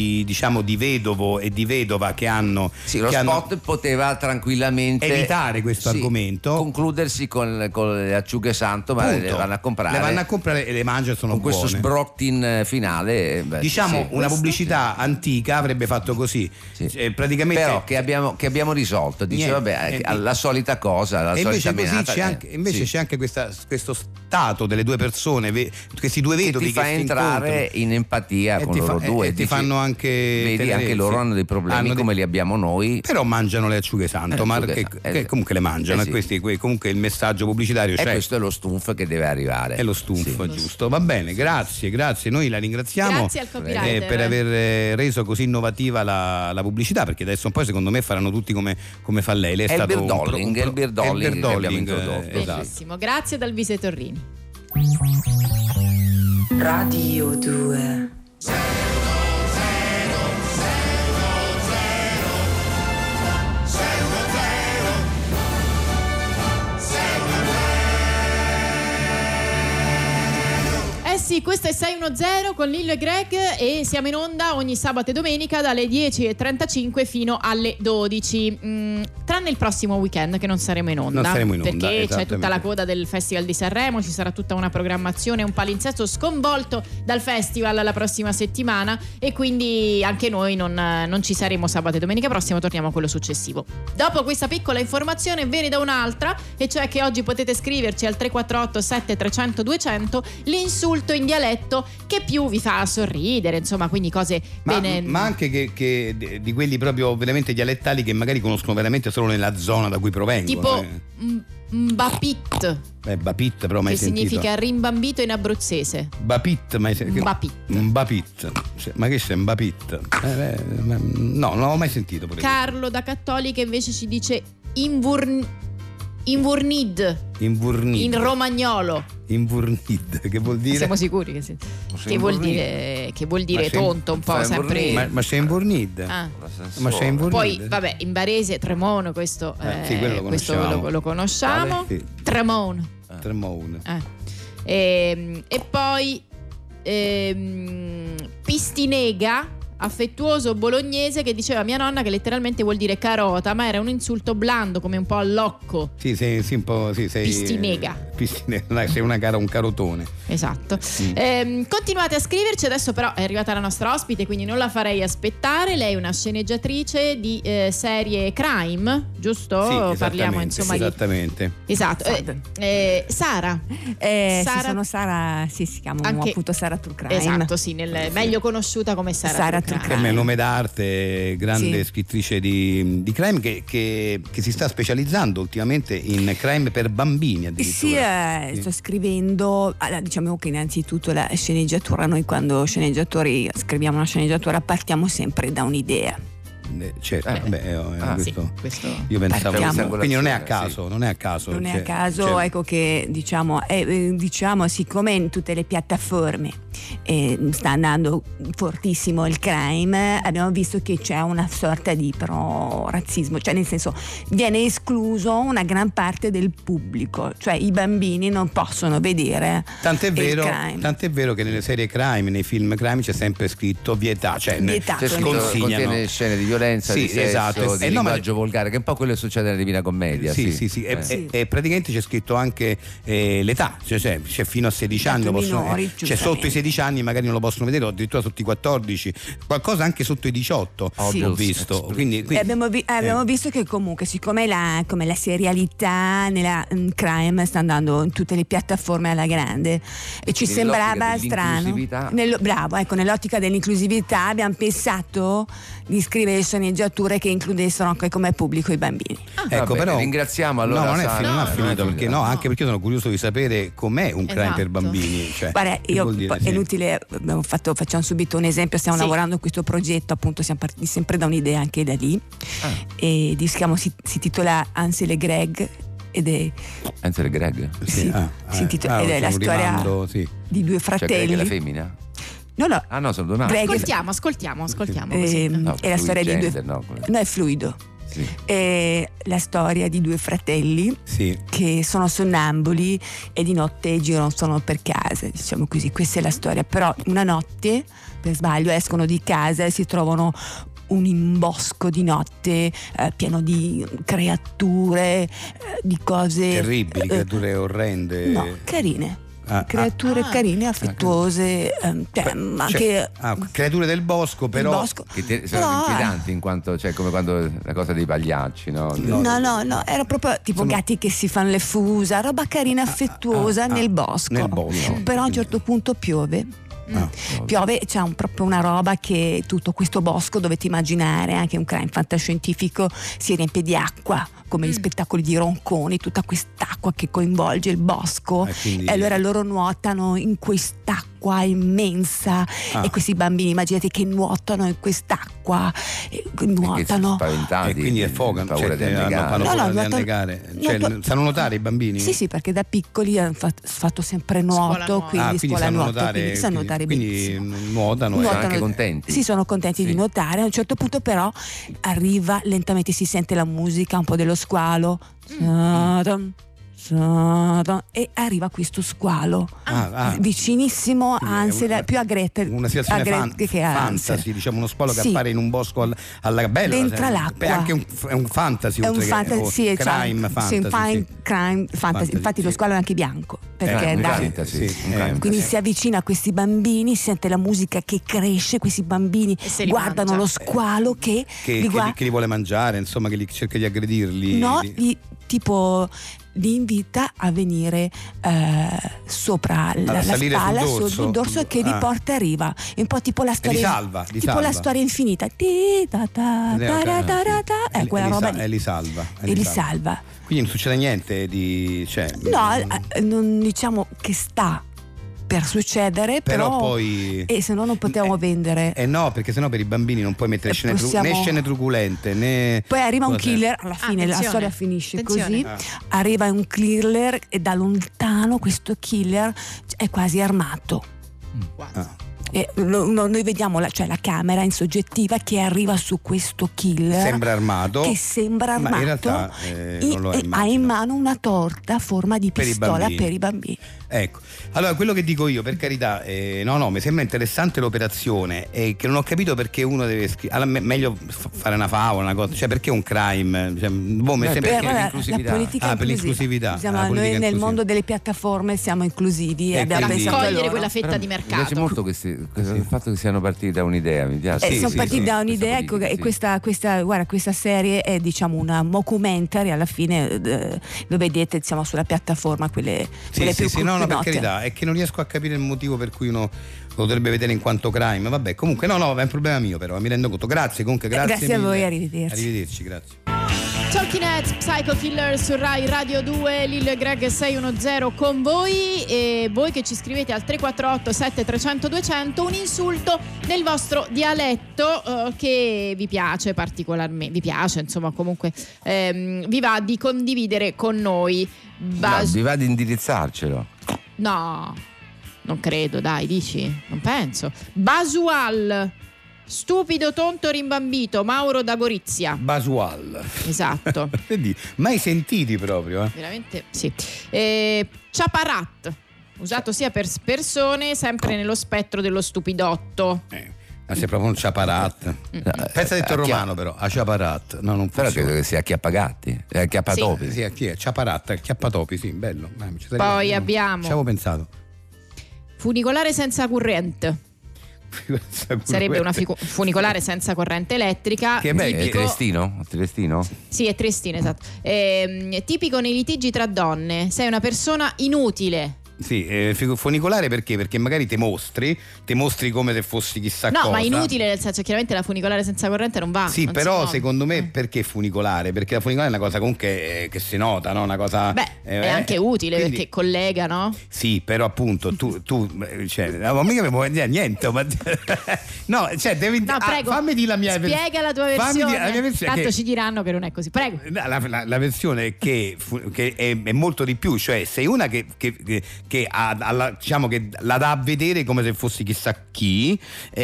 [SPEAKER 3] vedovo e di vedova che hanno.
[SPEAKER 4] Sì, lo spot poteva tranquillamente
[SPEAKER 3] evitare questo argomento,
[SPEAKER 4] concludersi con le acciughe Santomar, le vanno a comprare
[SPEAKER 3] e le mangiano, sono
[SPEAKER 4] con
[SPEAKER 3] buone.
[SPEAKER 4] Questo sbroctin finale,
[SPEAKER 3] una pubblicità antica avrebbe fatto così, praticamente.
[SPEAKER 4] Però che abbiamo risolto, la solita cosa, la solita menata.
[SPEAKER 3] C'è anche questo stato delle due persone, questi due vedovi
[SPEAKER 4] che ti fa entrare in empatia con loro due,
[SPEAKER 3] e ti fanno anche
[SPEAKER 4] vedi anche loro hanno dei problemi come li abbiamo noi,
[SPEAKER 3] però mangiano le acciughe Santomar che comunque le mangiano, e questi comunque il messaggio pubblicitario c'è.
[SPEAKER 4] Questo è lo stunf che deve arrivare,
[SPEAKER 3] è lo stunf, giusto. Va bene, grazie, noi la ringraziamo,
[SPEAKER 2] grazie al copywriter,
[SPEAKER 3] per aver reso così innovativa la pubblicità, perché adesso un po' secondo me faranno tutti come fa lei. Lei è stato
[SPEAKER 4] il beer dolling che abbiamo introdotto.
[SPEAKER 2] Bellissimo, grazie ad Alvise Torrini.
[SPEAKER 1] Radio 2.
[SPEAKER 2] Sì, questo è 610 con Lillo e Greg e siamo in onda ogni sabato e domenica dalle 10:35 fino alle 12, tranne il prossimo weekend che non saremo in onda, perché c'è tutta la coda del Festival di Sanremo, ci sarà tutta una programmazione, un palinsesto sconvolto dal festival la prossima settimana e quindi anche noi non ci saremo sabato e domenica prossimo, torniamo a quello successivo. Dopo questa piccola informazione ve ne do un'altra, e cioè che oggi potete scriverci al 348 7300 200 l'insulto in dialetto che più vi fa sorridere, insomma, quindi cose bene.
[SPEAKER 3] Ma anche che di quelli proprio veramente dialettali che magari conoscono veramente solo nella zona da cui provengono.
[SPEAKER 2] Tipo Mbapit.
[SPEAKER 3] Bapit, però mai
[SPEAKER 2] che
[SPEAKER 3] sentito.
[SPEAKER 2] Significa rimbambito in abruzzese.
[SPEAKER 3] Bapit, mai sentito. Mbapit. Ma che c'è Mbapit? No, non l'ho mai sentito.
[SPEAKER 2] Carlo da Cattolica invece ci dice Invurnid. In romagnolo.
[SPEAKER 3] Invurnid, che vuol dire?
[SPEAKER 2] Siamo sicuri che sì. Che vuol dire tonto un po' sempre.
[SPEAKER 3] Ma c'è Invurnid. Ma c'è Invurnid.
[SPEAKER 2] Poi vabbè, in barese Tremono, questo lo conosciamo.
[SPEAKER 3] Sì.
[SPEAKER 2] Tremone.
[SPEAKER 3] E
[SPEAKER 2] poi Pistinega, affettuoso bolognese, che diceva mia nonna che letteralmente vuol dire carota, ma era un insulto blando come un po' allocco.
[SPEAKER 3] Sì, un po'. Sì,
[SPEAKER 2] Pistinega.
[SPEAKER 3] sei un carotone.
[SPEAKER 2] Esatto. Continuate a scriverci, adesso però è arrivata la nostra ospite, quindi non la farei aspettare. Lei è una sceneggiatrice di serie crime, giusto?
[SPEAKER 3] Sì,
[SPEAKER 2] parliamo insomma
[SPEAKER 3] esattamente.
[SPEAKER 2] Esatto. Sara.
[SPEAKER 6] Sì, sono Sara, sì, si chiama appunto Sara True Crime.
[SPEAKER 2] Esatto, sì, meglio conosciuta come Sara True Crime.
[SPEAKER 3] Per me è nome d'arte, grande scrittrice di crime che si sta specializzando ultimamente in crime per bambini addirittura.
[SPEAKER 6] Sto scrivendo, diciamo che innanzitutto la sceneggiatura, noi quando sceneggiatori scriviamo una sceneggiatura partiamo sempre da un'idea.
[SPEAKER 3] Certo,
[SPEAKER 2] questo
[SPEAKER 3] io pensavo, quindi non è a caso, non è a caso,
[SPEAKER 6] ecco che diciamo siccome in tutte le piattaforme sta andando fortissimo il crime, abbiamo visto che c'è una sorta di razzismo, cioè nel senso viene escluso una gran parte del pubblico, cioè i bambini non possono vedere
[SPEAKER 3] tant'è vero che nelle serie crime, nei film crime c'è sempre scritto vietato, cioè
[SPEAKER 4] contiene scene di violenza, di sesso,
[SPEAKER 3] esatto,
[SPEAKER 4] di linguaggio volgare, che è un po' quello che succede nella Divina Commedia.
[SPEAKER 3] E praticamente c'è scritto anche l'età, c'è fino a 16 anni, sotto i 16 anni magari non lo possono vedere, o addirittura sotto i 14, qualcosa anche sotto i 18 ho visto. Quindi
[SPEAKER 6] abbiamo visto che comunque siccome come la serialità nella crime sta andando in tutte le piattaforme alla grande e ci sembrava strano, nell'ottica dell'inclusività abbiamo pensato di scrivere sceneggiature che includessero anche come pubblico i bambini.
[SPEAKER 3] Però
[SPEAKER 4] ringraziamo allora.
[SPEAKER 3] Non è finito perché anche perché io sono curioso di sapere com'è un crime per bambini. Guarda,
[SPEAKER 6] è inutile, facciamo subito un esempio, stiamo lavorando in questo progetto, appunto siamo partiti sempre da un'idea anche da lì e si titola Ansel e Greg ed è
[SPEAKER 4] Ansel e Greg?
[SPEAKER 6] ed è la storia di due fratelli.
[SPEAKER 4] Cioè Greg è la femmina?
[SPEAKER 6] No,
[SPEAKER 4] sono due maschi.
[SPEAKER 2] Ascoltiamo.
[SPEAKER 6] È la storia di due. No, è fluido.
[SPEAKER 4] Sì.
[SPEAKER 6] È la storia di due fratelli che sono sonnambuli e di notte girano per casa, diciamo così. Questa è la storia. Però una notte, per sbaglio, escono di casa e si trovano un bosco di notte pieno di creature, di cose
[SPEAKER 3] terribili, creature orrende.
[SPEAKER 6] No, carine. Creature carine, affettuose,
[SPEAKER 3] creature del bosco, però
[SPEAKER 4] che sono inquietanti in quanto, cioè, come quando la cosa dei pagliacci, no?
[SPEAKER 6] No, era proprio tipo gatti che si fanno le fusa, roba carina, affettuosa nel bosco. Però a un certo punto piove. Piove, c'è proprio una roba che tutto questo bosco, dovete immaginare anche un crime fantascientifico, si riempie di acqua come gli spettacoli di Ronconi, tutta quest'acqua che coinvolge il bosco e allora loro nuotano in quest'acqua immensa e questi bambini, immaginate che nuotano in quest'acqua, nuotano
[SPEAKER 3] e quindi affogano, paura di annegare. Sanno nuotare i bambini?
[SPEAKER 6] Sì, perché da piccoli hanno fatto sempre nuoto, quindi scuola nuoto, quindi sanno nuotare benissimo.
[SPEAKER 3] Quindi nuotano
[SPEAKER 4] e sono anche contenti.
[SPEAKER 6] Sì, sono contenti di nuotare. A un certo punto però arriva lentamente, si sente la musica un po' dello squalo e arriva questo squalo vicinissimo a Ansel, più a Gretel,
[SPEAKER 3] una situazione
[SPEAKER 6] che a
[SPEAKER 3] fantasy, diciamo uno squalo che appare in un bosco alla bella,
[SPEAKER 6] dentro l'acqua.
[SPEAKER 3] È anche un fantasy, crime fantasy.
[SPEAKER 6] Infatti lo squalo è anche bianco perché quindi si avvicina a questi bambini, sente la musica che cresce, questi bambini guardano lo squalo che
[SPEAKER 3] li vuole mangiare, insomma, che li cerca di aggredirli.
[SPEAKER 6] Li invita a venire sopra la spalla, sul dorso che li porta a riva. È un po' tipo la storia, la storia infinita. Quella roba lì.
[SPEAKER 3] E li salva. Quindi non succede niente
[SPEAKER 6] non diciamo che sta per succedere, però poi se no non potevamo vendere.
[SPEAKER 3] No, perché sennò per i bambini non puoi mettere né scene truculente né.
[SPEAKER 6] Poi arriva un killer alla fine, la storia finisce così. Arriva un killer e da lontano questo killer è quasi armato. noi vediamo la camera in soggettiva che arriva su questo killer.
[SPEAKER 3] Sembra armato.
[SPEAKER 6] Che sembra armato.
[SPEAKER 3] Ma in realtà non lo è.
[SPEAKER 6] Ha in mano una torta a forma di pistola per i bambini.
[SPEAKER 3] Ecco, allora quello che dico io, per carità, mi sembra interessante l'operazione, che non ho capito perché uno deve meglio fare una favola, una cosa, cioè perché un crime, cioè,
[SPEAKER 4] perché l'inclusività.
[SPEAKER 6] La politica
[SPEAKER 3] per l'inclusività.
[SPEAKER 6] Noi nel mondo delle piattaforme siamo inclusivi e abbiamo pensato
[SPEAKER 2] cogliere quella fetta di mercato.
[SPEAKER 4] Mi piace molto il fatto che siano partiti da un'idea, mi piace.
[SPEAKER 6] Sono partiti da un'idea, ecco, e questa serie è una mockumentary alla fine, lo vedete, siamo sulla piattaforma, quelle più
[SPEAKER 3] no, per carità, è che non riesco a capire il motivo per cui uno lo dovrebbe vedere in quanto crime. Vabbè, comunque no, è un problema mio, però mi rendo conto. Grazie
[SPEAKER 6] a voi, arrivederci.
[SPEAKER 3] Grazie.
[SPEAKER 2] Talking Heads, Psycho Killer su Rai Radio 2, Lillo e Greg 610 con voi, e voi che ci scrivete al 348 7300 200 un insulto nel vostro dialetto che vi piace particolarmente, insomma, comunque vi va di condividere con noi.
[SPEAKER 4] Vi va di indirizzarcelo?
[SPEAKER 2] No, non credo, dai, dici? Non penso. Basual, stupido, tonto, rimbambito, Mauro da Gorizia.
[SPEAKER 3] Basual.
[SPEAKER 2] Esatto.
[SPEAKER 3] Mai sentiti proprio,
[SPEAKER 2] Veramente, sì. Chaparat, usato sia per persone, sempre nello spettro dello stupidotto.
[SPEAKER 3] Sei proprio un ciaparat. Pensa detto romano, però a ciaparat. No, non
[SPEAKER 4] però credo che sia acchiappagatti, acchiappatopi.
[SPEAKER 3] Sì, è ciaparat, acchiappatopi, sì, bello.
[SPEAKER 2] Poi abbiamo.
[SPEAKER 3] Ci avevo pensato.
[SPEAKER 2] Funicolare senza corrente. Sarebbe una funicolare senza corrente elettrica.
[SPEAKER 4] Che è Triestino?
[SPEAKER 2] Sì, è Triestino, esatto. Tipico nei litigi tra donne. Sei una persona inutile.
[SPEAKER 3] Sì, funicolare perché? Perché magari te mostri come se fossi chissà cosa.
[SPEAKER 2] No, ma inutile nel senso, chiaramente la funicolare senza corrente non va.
[SPEAKER 3] Sì,
[SPEAKER 2] non
[SPEAKER 3] però secondo me perché funicolare? Perché la funicolare è una cosa comunque che si nota, no? Una cosa.
[SPEAKER 2] È anche utile, quindi, perché collega, no?
[SPEAKER 3] Sì, però appunto tu cioè, non mica mi puoi dire niente, ma no, cioè devi.
[SPEAKER 2] No, prego,
[SPEAKER 3] fammi dire la mia versione.
[SPEAKER 2] Spiega la tua versione.
[SPEAKER 3] La mia versione.
[SPEAKER 2] Tanto ci diranno che non è così. Prego.
[SPEAKER 3] La versione che è molto di più, cioè sei una che diciamo che la dà a vedere come se fosse chissà chi,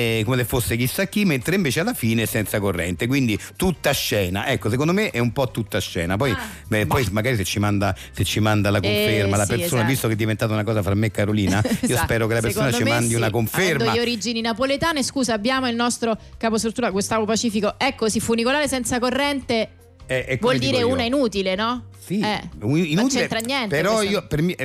[SPEAKER 3] mentre invece alla fine è senza corrente, quindi tutta scena. Ecco, secondo me è un po' tutta scena. Poi poi magari se ci manda la conferma la persona, esatto. Visto che è diventata una cosa fra me e Carolina,
[SPEAKER 2] esatto.
[SPEAKER 3] Io spero che la persona ci mandi una conferma.
[SPEAKER 2] Avendo le origini napoletane, scusa, abbiamo il nostro capostruttura Gustavo Pacifico. Ecco, funicolare senza corrente vuol dire una inutile, no?
[SPEAKER 3] Sì,
[SPEAKER 2] inutile, non c'entra niente.
[SPEAKER 3] Però io per me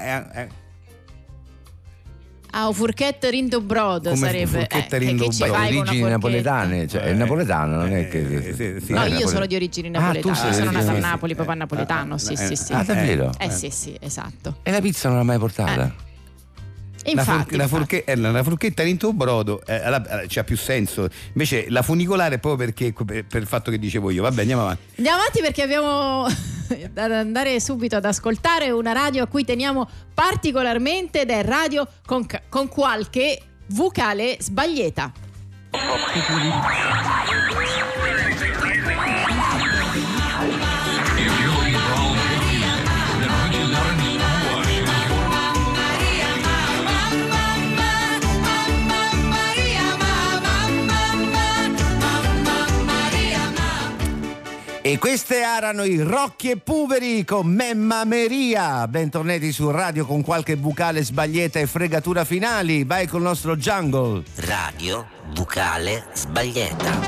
[SPEAKER 2] furchette rindo brodo sarebbe
[SPEAKER 4] origini napoletane, cioè è napoletano, non è che
[SPEAKER 2] no, io sono di origini napoletane, sono nata a Napoli, papà napoletano, sì.
[SPEAKER 4] Ah, davvero?
[SPEAKER 2] Sì, esatto.
[SPEAKER 4] E la pizza non l'ha mai portata?
[SPEAKER 2] Infatti,
[SPEAKER 3] la forchetta rindo brodo c'ha più senso. Invece la funicolare è proprio perché per il fatto che dicevo io. Vabbè, andiamo avanti
[SPEAKER 2] perché abbiamo da andare subito ad ascoltare una radio a cui teniamo particolarmente, ed è radio con qualche vocale sbagliata.
[SPEAKER 4] E queste erano i Rocchi e Puveri con Memma Maria. Bentornati su radio con qualche vocale sbagliata e fregatura finali. Vai col nostro jungle.
[SPEAKER 11] Radio vocale sbagliata.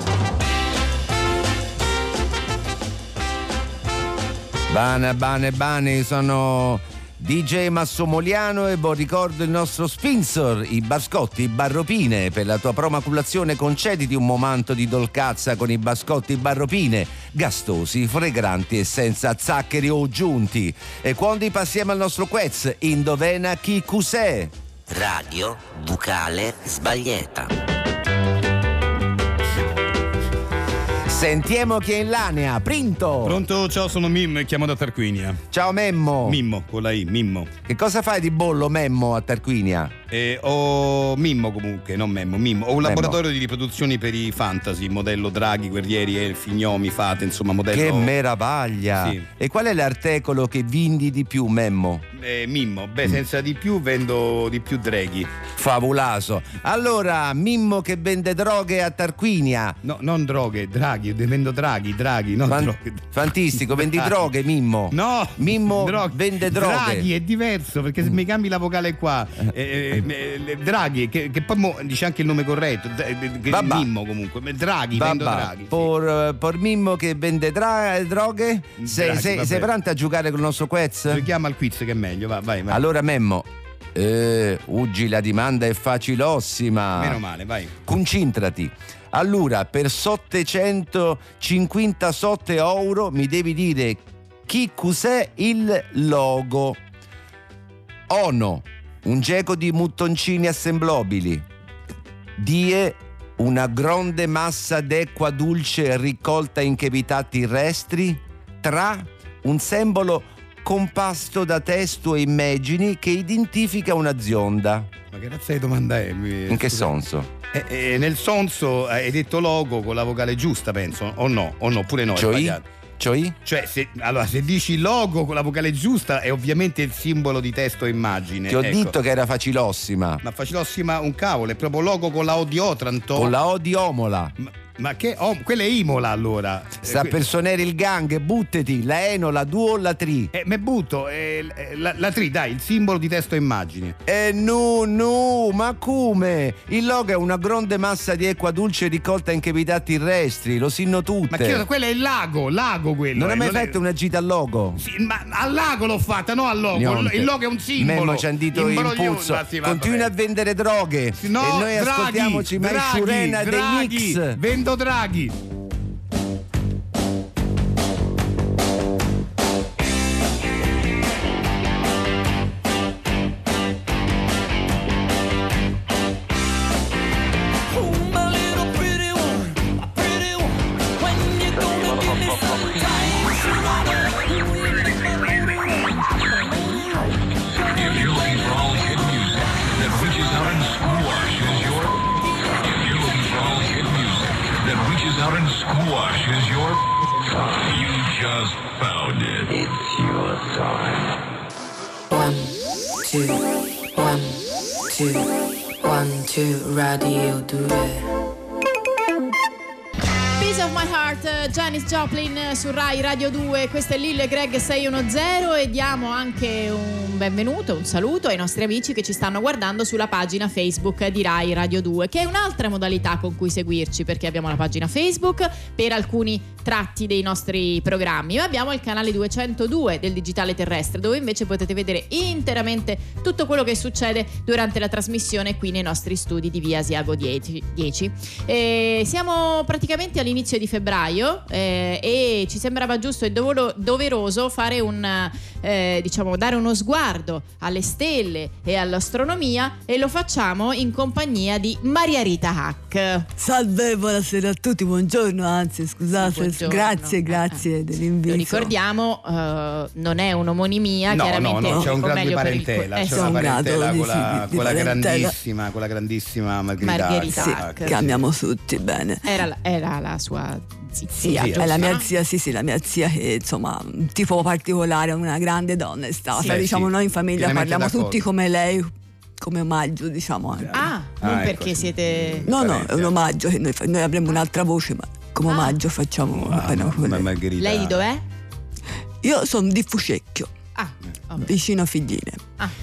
[SPEAKER 4] Bene, sono DJ Massomoliano e ricordo il nostro sponsor, i Bascotti Barropine. Per la tua promaculazione concediti un momento di dolcazza con i Bascotti Barropine, gastosi, fragranti e senza zaccheri o giunti. E quando passiamo al nostro quiz, indovina chi cos'è?
[SPEAKER 11] Radio vocale sbagliata.
[SPEAKER 4] Sentiamo chi è in linea.
[SPEAKER 3] Pronto, ciao, sono Mimmo e chiamo da Tarquinia.
[SPEAKER 4] Ciao Memmo.
[SPEAKER 3] Mimmo, con la I, Mimmo.
[SPEAKER 4] Che cosa fai di bollo, Memmo, a Tarquinia?
[SPEAKER 3] Ho Mimmo comunque, non Memmo, Mimmo. Ho un laboratorio di riproduzioni per i fantasy, modello draghi, guerrieri, elfi, gnomi, fate, insomma modello...
[SPEAKER 4] Che meraviglia! Sì. E qual è l'articolo che vendi di più, Memmo?
[SPEAKER 3] Mimmo, senza di più vendo di più draghi.
[SPEAKER 4] Favoloso. Allora, Mimmo che vende droghe a Tarquinia.
[SPEAKER 3] No, non droghe, draghi, vendo draghi, non droghe.
[SPEAKER 4] Fantastico, vendi droghe, Mimmo.
[SPEAKER 3] No,
[SPEAKER 4] Mimmo vende droghe.
[SPEAKER 3] Draghi è diverso, perché se mi cambi la vocale qua, Draghi, che poi dice anche il nome corretto, Mimmo comunque, Draghi, vendo draghi.
[SPEAKER 4] Per Mimmo che vende droghe, sei pronto a giocare con il nostro quiz?
[SPEAKER 3] Giochiamo al quiz che è meglio, vai.
[SPEAKER 4] Allora Memmo, oggi la domanda è facilossima.
[SPEAKER 3] Meno male, vai.
[SPEAKER 4] Concentrati. Allora, per 757 euro mi devi dire chi cos'è il logo. Ono, un geco di muttoncini assemblabili. Die, una grande massa d'acqua dolce raccolta in cavità terrestri. Tra, un simbolo composto da testo e immagini che identifica un'azienda.
[SPEAKER 3] Ma che razza di domanda è?
[SPEAKER 4] In che senso?
[SPEAKER 3] Nel senso hai detto logo con la vocale giusta, penso, o no, pure no, è sbagliato.
[SPEAKER 4] Cioè
[SPEAKER 3] se dici logo con la vocale giusta è ovviamente il simbolo di testo e immagine.
[SPEAKER 4] Ti ho detto che era facilossima.
[SPEAKER 3] Ma facilossima un cavolo, è proprio logo con la O di Otranto.
[SPEAKER 4] Con la O di Omola.
[SPEAKER 3] Ma che quella è Imola allora.
[SPEAKER 4] Sta per suonare il gang, buttati, la Eno, la Duo o la Tri?
[SPEAKER 3] Me butto, la Tri, dai, il simbolo di testo e immagine.
[SPEAKER 4] No, ma come? Il logo è una grande massa di acqua dolce raccolta in cavità terrestri, lo sanno tutte.
[SPEAKER 3] Ma che quello è il lago quello.
[SPEAKER 4] Non hai mai fatto una gita al logo?
[SPEAKER 3] Sì, ma al lago l'ho fatta, no al logo.
[SPEAKER 4] Niente.
[SPEAKER 3] Il logo è un simbolo.
[SPEAKER 4] Memmo ci hanno dito impulso. Continui a vendere droghe.
[SPEAKER 3] No,
[SPEAKER 4] e noi ascoltiamoci mai Shurena dei Knicks.
[SPEAKER 3] Vendo Draghi.
[SPEAKER 1] Radio 2.
[SPEAKER 2] Piece of My Heart, Janis Joplin su Rai Radio 2. Questo è Lille Greg 610 e diamo anche un benvenuto, un saluto ai nostri amici che ci stanno guardando sulla pagina Facebook di Rai Radio 2, che è un'altra modalità con cui seguirci, perché abbiamo la pagina Facebook per alcuni tratti dei nostri programmi, ma abbiamo il canale 202 del digitale terrestre, dove invece potete vedere interamente tutto quello che succede durante la trasmissione qui nei nostri studi di via Asiago 10. Siamo praticamente all'inizio di febbraio e ci sembrava giusto e doveroso fare dare uno sguardo alle stelle e all'astronomia, e lo facciamo in compagnia di Maria Rita Hack.
[SPEAKER 6] Salve, buonasera a tutti, buongiorno, anzi scusate, buongiorno. Grazie dell'invito.
[SPEAKER 2] Lo ricordiamo, non è un'omonimia, chiaramente.
[SPEAKER 3] No, c'è un grado di parentela, c'è una parentela con la grandissima Margherita
[SPEAKER 6] Hack. Che amiamo tutti bene.
[SPEAKER 2] Era la sua zia,
[SPEAKER 6] è la mia zia, sì, la mia zia che insomma un tipo particolare, una grande donna è stata, diciamo noi in famiglia parliamo tutti come lei, come omaggio, diciamo.
[SPEAKER 2] Non perché siete...
[SPEAKER 6] No, è un omaggio che noi avremo un'altra voce, ma come omaggio facciamo
[SPEAKER 3] Margherita.
[SPEAKER 2] Lei di dov'è?
[SPEAKER 6] Io sono di Fucecchio. Vicino a Figline,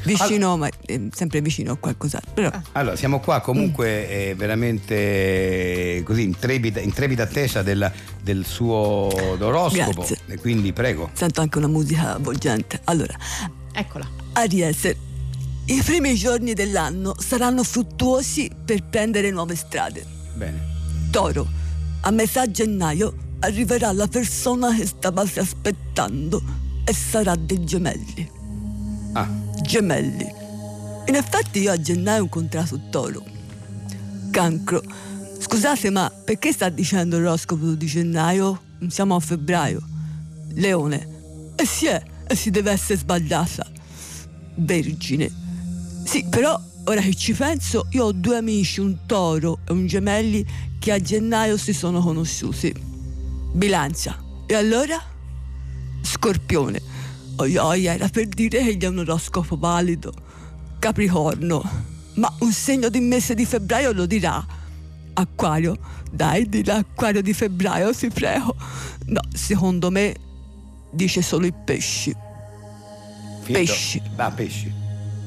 [SPEAKER 6] sempre vicino a qualcos'altro. Però.
[SPEAKER 3] Allora, siamo qua comunque veramente così intrepida attesa del suo oroscopo.
[SPEAKER 6] Grazie.
[SPEAKER 3] E quindi prego.
[SPEAKER 6] Sento anche una musica avvolgente. Allora,
[SPEAKER 2] eccola.
[SPEAKER 6] Ariese, i primi giorni dell'anno saranno fruttuosi per prendere nuove strade.
[SPEAKER 3] Bene.
[SPEAKER 6] Toro, a metà gennaio arriverà la persona che stavate aspettando e sarà dei gemelli. Gemelli. In effetti io a gennaio ho incontrato Toro. Cancro. Scusate, ma perché sta dicendo l'oroscopo di gennaio? Siamo a febbraio. Leone. E si deve essere sbagliata. Vergine. Sì, però ora che ci penso, io ho 2 amici, un toro e un gemelli, che a gennaio si sono conosciuti. Bilancia. E allora? Scorpione. Oioia, era per dire che gli è un oroscopo valido. Capricorno. Ma un segno di mese di febbraio lo dirà. Acquario. Dai, di l'acquario di febbraio, ti prego. No, secondo me dice solo i pesci.
[SPEAKER 3] Finito.
[SPEAKER 6] Pesci.
[SPEAKER 3] Pesci.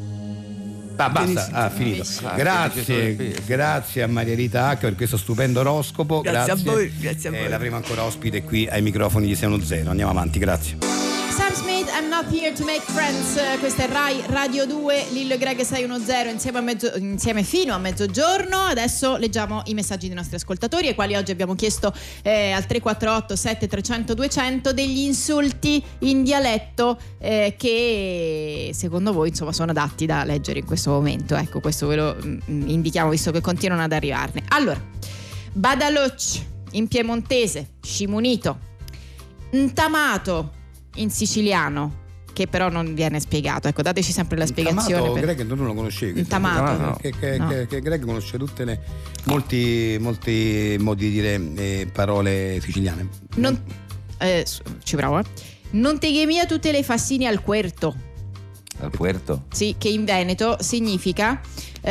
[SPEAKER 3] Basta, finito. Grazie a Maria Rita H per questo stupendo oroscopo.
[SPEAKER 6] Grazie a voi.
[SPEAKER 3] L'avremo ancora ospite qui ai microfoni di 610. Andiamo avanti, grazie.
[SPEAKER 2] Sam Smith, I'm not here to make friends. Questa è Rai Radio 2, Lillo e Greg 610 insieme fino a mezzogiorno. Adesso leggiamo i messaggi dei nostri ascoltatori, ai quali oggi abbiamo chiesto al 348 7300 200 degli insulti in dialetto che secondo voi insomma sono adatti da leggere in questo momento. Ecco, questo ve lo indichiamo visto che continuano ad arrivarne. Allora, Badaloc in piemontese, scimunito, ntamato in siciliano, che però non viene spiegato. Ecco, dateci sempre la spiegazione.
[SPEAKER 3] Greg non lo conoscevi.
[SPEAKER 2] Tamato.
[SPEAKER 3] Che Greg conosce tutte molti modi di dire parole siciliane.
[SPEAKER 2] Ci provo. Non te ghemia tutte le fassine al puerto.
[SPEAKER 4] Al puerto? Sì,
[SPEAKER 2] che in Veneto significa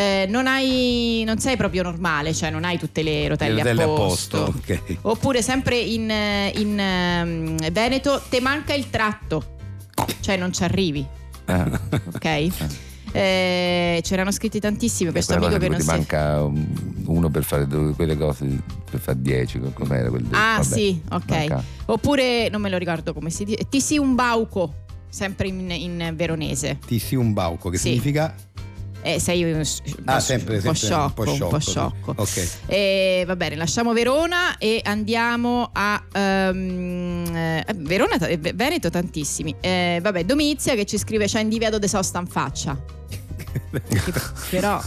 [SPEAKER 2] non sei proprio normale, cioè non hai tutte le rotelle a posto.
[SPEAKER 3] Okay.
[SPEAKER 2] Oppure sempre in Veneto te manca il tratto, cioè non ci arrivi. Ok? C'erano scritti tantissimi. Questo amico che non
[SPEAKER 4] ti manca uno per fare quelle cose, per fare 10, com'era quel
[SPEAKER 2] sì, ok. Manca. Oppure non me lo ricordo come si dice, ti si un bauco, sempre in veronese.
[SPEAKER 3] Ti si un bauco, che significa?
[SPEAKER 2] Sei un po' sciocco.
[SPEAKER 3] Ok.
[SPEAKER 2] Va bene, lasciamo Verona e andiamo a Verona, Veneto tantissimi. Domizia che ci scrive: c'è in divieto de sosta in faccia. Però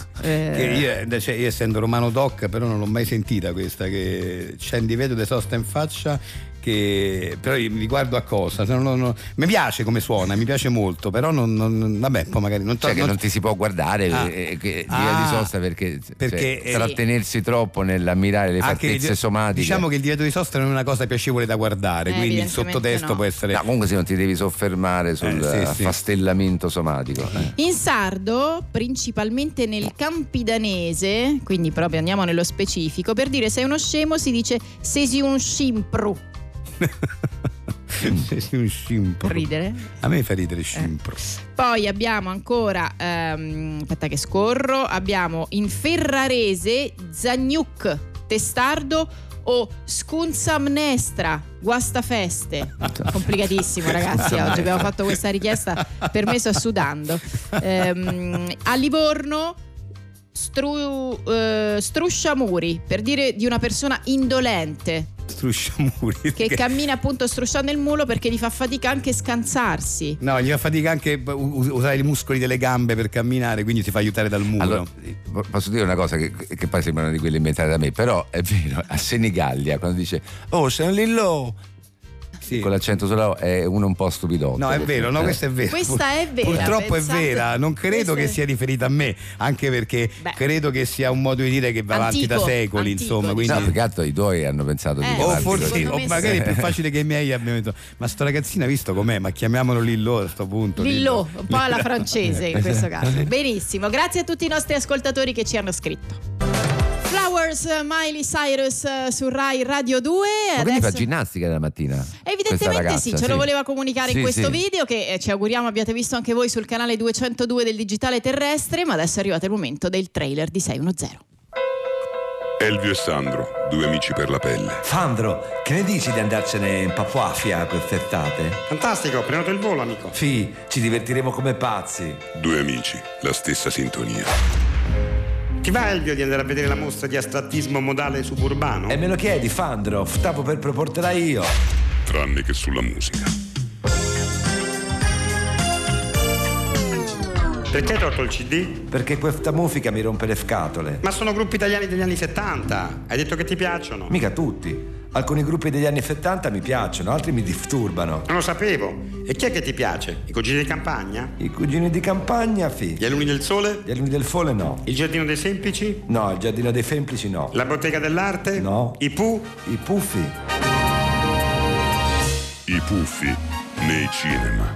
[SPEAKER 3] io essendo romano doc, però non l'ho mai sentita questa, che c'è in divieto de sosta in faccia, che però io mi guardo a cosa, mi piace come suona, mi piace molto, però vabbè, poi magari non
[SPEAKER 4] ti si può guardare di sosta perché trattenersi troppo nell'ammirare le fattezze somatiche.
[SPEAKER 3] Diciamo che il divieto di sosta non è una cosa piacevole da guardare, quindi il sottotesto può essere
[SPEAKER 4] comunque se non ti devi soffermare sul affastellamento somatico.
[SPEAKER 2] In sardo, principalmente nel campidanese, quindi proprio andiamo nello specifico, per dire sei uno scemo si dice sesi un scimpru.
[SPEAKER 3] Un scimpro.
[SPEAKER 2] Ridere?
[SPEAKER 3] A me fa ridere scimpro.
[SPEAKER 2] Poi abbiamo ancora aspetta che scorro. Abbiamo in ferrarese Zagnuc, testardo o scunzamnestra, guastafeste. Complicatissimo ragazzi, oggi abbiamo fatto questa richiesta, per me sto sudando. A Livorno strusciamuri, per dire di una persona indolente.
[SPEAKER 3] Strusciamuri
[SPEAKER 2] che cammina appunto strusciando il mulo perché gli fa fatica anche scansarsi.
[SPEAKER 3] No, gli fa fatica anche usare i muscoli delle gambe per camminare, quindi si fa aiutare dal mulo.
[SPEAKER 4] Allora, posso dire una cosa che poi sembrano di quelle inventate da me, però è vero, a Senigallia quando dice oh sei lì con l'accento sulla è uno un po' stupidotto.
[SPEAKER 3] No, è vero, questa è vera.
[SPEAKER 2] Questa è vera.
[SPEAKER 3] Purtroppo è vera, non credo che sia riferita a me, anche perché credo che sia un modo di dire che va avanti da secoli, insomma. Quindi...
[SPEAKER 4] No, perché i tuoi hanno pensato di
[SPEAKER 3] forse, o magari è più facile che i miei abbiano detto ma sto ragazzino visto com'è, ma chiamiamolo Lillo a sto punto.
[SPEAKER 2] Lillo, un po' alla francese in questo caso. Benissimo, grazie a tutti i nostri ascoltatori che ci hanno scritto. Flowers, Miley Cyrus su Rai Radio 2.
[SPEAKER 4] Ma quindi fa ginnastica la mattina?
[SPEAKER 2] Evidentemente
[SPEAKER 4] ragazza,
[SPEAKER 2] sì, ce lo voleva comunicare in questo video che ci auguriamo abbiate visto anche voi sul canale 202 del Digitale Terrestre, ma adesso è arrivato il momento del trailer di 610.
[SPEAKER 12] Elvio e Sandro, 2 amici per la pelle.
[SPEAKER 13] Sandro, che ne dici di andarcene in Papuafia quest'estate?
[SPEAKER 9] Fantastico, prenoto il volo, amico.
[SPEAKER 13] Sì, ci divertiremo come pazzi.
[SPEAKER 12] 2 amici, la stessa sintonia.
[SPEAKER 9] Ti va Elvio di andare a vedere la mostra di astrattismo modale suburbano?
[SPEAKER 13] E me lo chiedi, Fandro, stavo per proportela io.
[SPEAKER 12] Tranne che sulla musica.
[SPEAKER 9] Perché hai tolto il CD?
[SPEAKER 13] Perché questa musica mi rompe le scatole.
[SPEAKER 9] Ma sono gruppi italiani degli anni 70. Hai detto che ti piacciono.
[SPEAKER 13] Mica tutti. Alcuni gruppi degli anni 70 mi piacciono, altri mi disturbano.
[SPEAKER 9] Non lo sapevo. E chi è che ti piace? I cugini di campagna?
[SPEAKER 13] I cugini di campagna,
[SPEAKER 9] Gli alunni del sole?
[SPEAKER 13] Gli alunni del sole no.
[SPEAKER 9] Il giardino dei semplici?
[SPEAKER 13] No, il giardino dei semplici no.
[SPEAKER 9] La bottega dell'arte?
[SPEAKER 13] No.
[SPEAKER 9] I
[SPEAKER 13] I puffi.
[SPEAKER 12] I puffi nei cinema.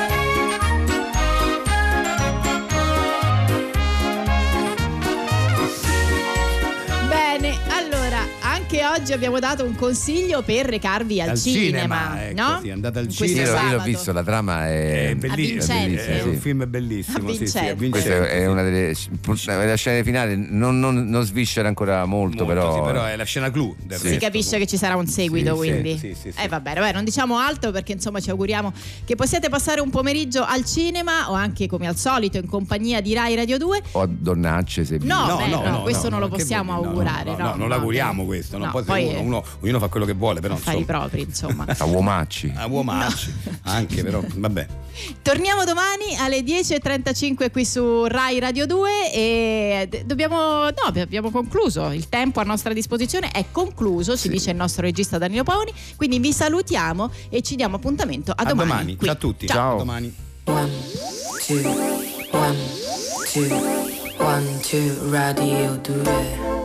[SPEAKER 2] Anche oggi abbiamo dato un consiglio per recarvi al cinema,
[SPEAKER 3] ecco,
[SPEAKER 2] no?
[SPEAKER 3] Sì, andate al cinema.
[SPEAKER 4] Io l'ho visto, la trama è
[SPEAKER 3] bellissima. È un film bellissimo.
[SPEAKER 4] Questa è una delle scene finali, non sviscera ancora molto, però.
[SPEAKER 3] Sì, però è la scena clou.
[SPEAKER 2] Si capisce che ci sarà un seguito, quindi.
[SPEAKER 3] Sì.
[SPEAKER 2] Vabbè, non diciamo altro perché insomma ci auguriamo che possiate passare un pomeriggio al cinema o anche come al solito in compagnia di Rai Radio 2.
[SPEAKER 4] O a Donnacce se
[SPEAKER 2] No, questo non lo possiamo augurare.
[SPEAKER 3] No, non l'auguriamo questo. Non può essere ognuno fa quello che vuole, però
[SPEAKER 2] affari propri, insomma.
[SPEAKER 4] A uomacci.
[SPEAKER 3] Anche, però vabbè.
[SPEAKER 2] Torniamo domani alle 10:35 qui su Rai Radio 2 e abbiamo concluso. Il tempo a nostra disposizione è concluso, ci dice il nostro regista Danilo Paoni. Quindi vi salutiamo e ci diamo appuntamento a domani.
[SPEAKER 3] Ciao a tutti.
[SPEAKER 2] Ciao.
[SPEAKER 3] A domani.
[SPEAKER 1] 1, 2, 1, 2, 1, 2, Radio 2.